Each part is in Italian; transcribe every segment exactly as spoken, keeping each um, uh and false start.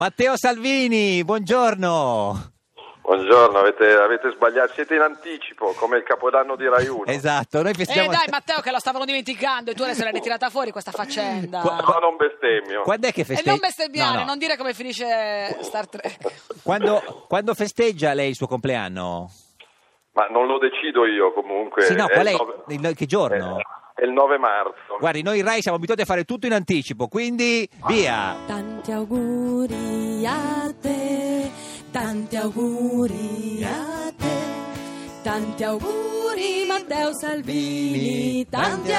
Matteo Salvini, buongiorno. Buongiorno, avete, avete sbagliato, siete in anticipo, come il Capodanno di Rai uno. Esatto, noi festeggiamo... Eh dai Matteo, che lo stavano dimenticando e tu adesso l'hai ritirata fuori questa faccenda. Qua- No, non bestemmio. Quando è che E festeggia? non bestemmiare, No, no. non dire come finisce Star Trek. Quando, quando festeggia lei il suo compleanno? Ma non lo decido io comunque. Sì, no, È qual il è? nove- il- che giorno? È il nove marzo. Guardi, noi in Rai siamo abituati a fare tutto in anticipo, quindi via! Tanti auguri a te, tanti auguri a te, tanti auguri Matteo Salvini, tanti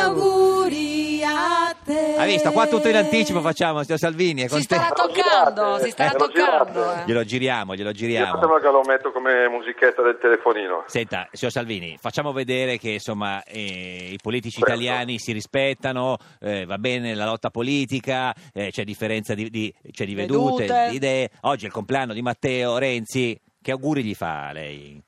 auguri a te. Hai visto? Qua tutto in anticipo facciamo, signor Salvini. È Si contento. starà toccando, si starà Eh, lo toccando. girate. eh. Glielo giriamo, glielo Io giriamo. sembra che lo metto come musichetta del telefonino. Senta, signor Salvini, facciamo vedere che insomma eh, i politici Certo. italiani si rispettano, eh, va bene la lotta politica, eh, c'è differenza di, di, c'è di vedute, Vedute. di idee. Oggi è il compleanno di Matteo Renzi, che auguri gli fa a lei?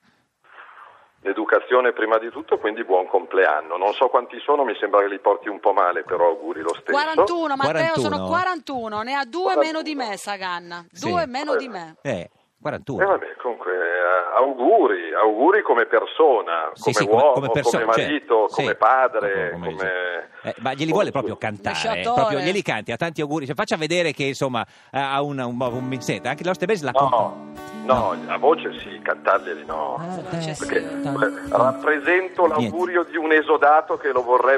L'educazione prima di tutto, quindi buon compleanno. Non so quanti sono, mi sembra che li porti un po' male, però auguri lo stesso. quarantuno, Matteo, quarantuno. sono quarantuno, ne ha due meno di me Saganna, Sì. due meno di me. Eh, quarantuno. E vabbè, comunque eh, auguri, auguri come persona, Sì, come sì, come- uomo, come come, perso- cioè, marito, sì, come padre, come- come- come... Eh, ma glieli vuole proprio cantare, Lasciatore. proprio glieli canti, a tanti auguri, cioè, faccia vedere che insomma ha un, un, un senta, anche l'oste Base la No, no, a voce sì, cantarglieli no. Perché eh, rappresento l'augurio di un esodato che lo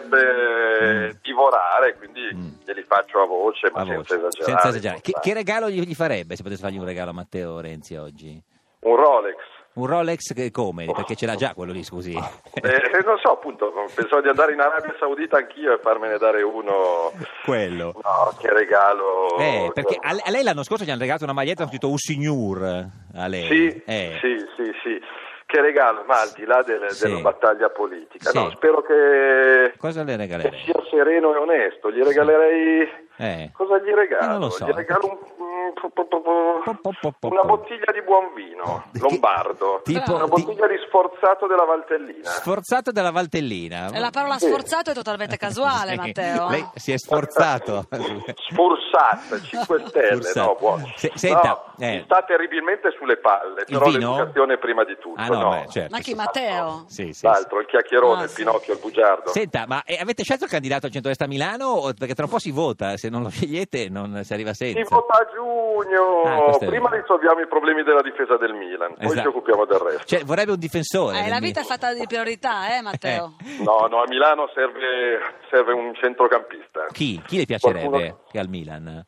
vorrebbe eh, divorare, quindi Mm. glieli faccio a voce, ma a senza voce, esagerare. senza esagerare. Che, che regalo gli, gli farebbe se potesse fargli un regalo a Matteo Renzi oggi? Un Rolex. Un Rolex che come? Perché ce l'ha già quello lì, scusi. Eh, non so, appunto, pensavo di andare in Arabia Saudita anch'io e farmene dare uno. Quello. No, che regalo. Eh, perché a, a lei l'anno scorso gli hanno regalato una maglietta con scritto Usignur a lei. Sì, Eh. sì, sì, sì. Che regalo, ma al di là delle- Sì. della battaglia politica. Sì. No, spero che, Cosa le che regalerei? sia sereno e onesto. Gli regalerei... Eh. Cosa gli regalo? Eh, non lo so. Gli regalo un- un- po- po- po- po- Po- po- po- po- una po. bottiglia di buon vino, Che- lombardo. tipo- una di- bottiglia di sforzato della Valtellina. Sforzato della Valtellina. E la parola Sì. sforzato è totalmente casuale, Sì. Matteo. Lei si è sforzato. Sforzata, cinque stelle, Sforzato. no, buono. Se- senta, No, eh. mi sta terribilmente sulle palle, Il però vino? l'educazione prima di tutto. Ah no, no. beh, certo. Ma chi, Matteo? Sì, sì, L'altro, il chiacchierone, Ah, il sì. Pinocchio, il bugiardo. Senta, ma eh, avete scelto il candidato al centrodestra a Milano? O- Perché tra un po' si vota, se non lo scegliete non si arriva senza. Si vota a giugno, Ah, questo è prima vero. risolviamo i problemi della difesa del Milan, poi Esatto. ci occupiamo del resto. Cioè, vorrebbe un difensore. Eh, del la Milan. vita è fatta di priorità, eh, Matteo? No, no, a Milano serve, serve un centrocampista. Chi? Chi le piacerebbe Qualcuno- che al Milan?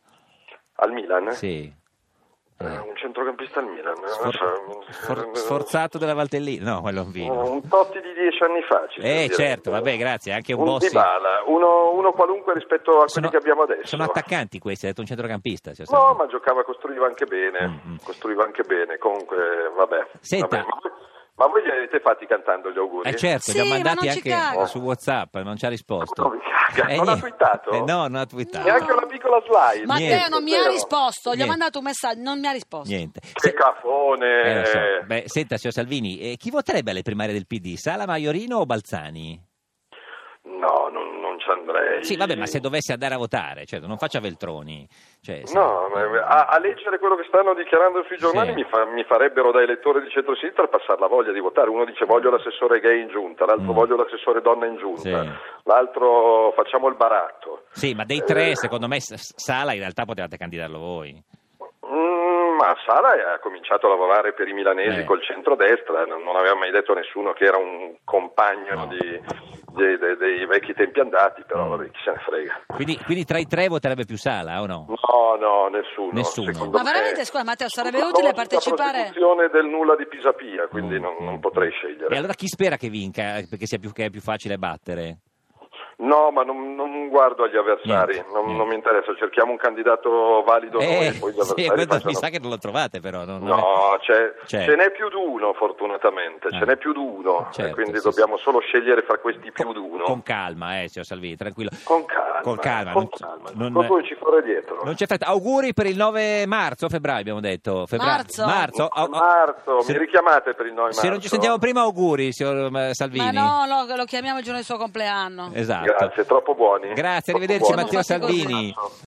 Al Milan? Sì. Eh, un centrocampista al Milan. non Sfor- so. sfor- sforzato della Valtellina? No, quello è un vino. Un Totti di dieci anni fa. ci Eh, può dire. certo, vabbè, grazie, anche un Un Bossi. Dybala, uno, uno qualunque rispetto a quelli Sono, che abbiamo adesso. sono attaccanti questi, ha detto un centrocampista. signor No, Salvini. ma giocava, costruiva anche bene, Mm, mm. costruiva anche bene, comunque vabbè. Senta. Vabbè, ma, ma voi li avete fatti cantando gli auguri? Eh certo, Sì, li ha ma mandati non ci anche caga. su WhatsApp, non ci ha risposto. Non vi caga, non ha niente. twittato? Eh, no, non ha twittato. Neanche una piccola slide? Matteo Niente. non mi ha Zero. risposto, gli ho Niente. mandato un messaggio, non mi ha risposto. Niente. Che Se- cafone! eh, lo so. Beh, senta, signor Salvini, eh, chi voterebbe alle primarie del P D? Sala Maiorino o Balzani? No, non, non ci andrei. Sì, vabbè, ma se dovesse andare a votare, certo, non faccia Veltroni. Cioè, se- No, ma a, a leggere quello che stanno dichiarando sui giornali Sì. mi, fa- mi farebbero da elettore di centrosinistra passare la voglia di votare. Uno dice voglio l'assessore gay in giunta, l'altro Mm. voglio l'assessore donna in giunta, Sì. l'altro facciamo il baratto. Sì, ma dei tre, Eh. secondo me, S- Sala in realtà potevate candidarlo voi. Mm, ma Sala ha cominciato a lavorare per i milanesi Eh. col centrodestra, non, non aveva mai detto a nessuno che era un compagno No. di, di- de- dei vecchi tempi andati, però Mm. vabbè, chi se ne frega. Quindi, quindi tra i tre voterebbe più Sala o no? No, no, nessuno. Nessuno. Secondo Ma me- veramente, scusa Matteo, sarebbe No, utile la partecipare... prosecuzione del nulla di Pisapia, quindi Mm, non, mm, non potrei mm. scegliere. E allora chi spera che vinca? Perché sia più, che è più facile battere? No, ma non, non guardo agli avversari, Niente, non, niente. non mi interessa, cerchiamo un candidato valido noi Eh, e poi gli sì, avversari quello mi facciano... sa che non lo trovate però. Non, non No, c'è- C'è. ce n'è più di uno fortunatamente, Ah. ce n'è più di uno, Certo, e quindi sì, dobbiamo solo scegliere fra questi più di uno. Con calma, eh, signor Salvini, tranquillo. Con calma, Con calma, con non- calma. non- Proprio ci fuori dietro. Non c'è fretta. Auguri per il nove marzo, febbraio abbiamo detto. Febbraio. Marzo. Marzo. Oh, oh. Marzo, Se- mi richiamate per il nove marzo? Se non ci sentiamo prima, auguri, signor eh, Salvini. Ma no, lo, lo chiamiamo il giorno del suo compleanno. Esatto. Grazie, troppo buoni. Grazie, Troppo arrivederci buoni. Matteo Siamo fatti così. Salvini.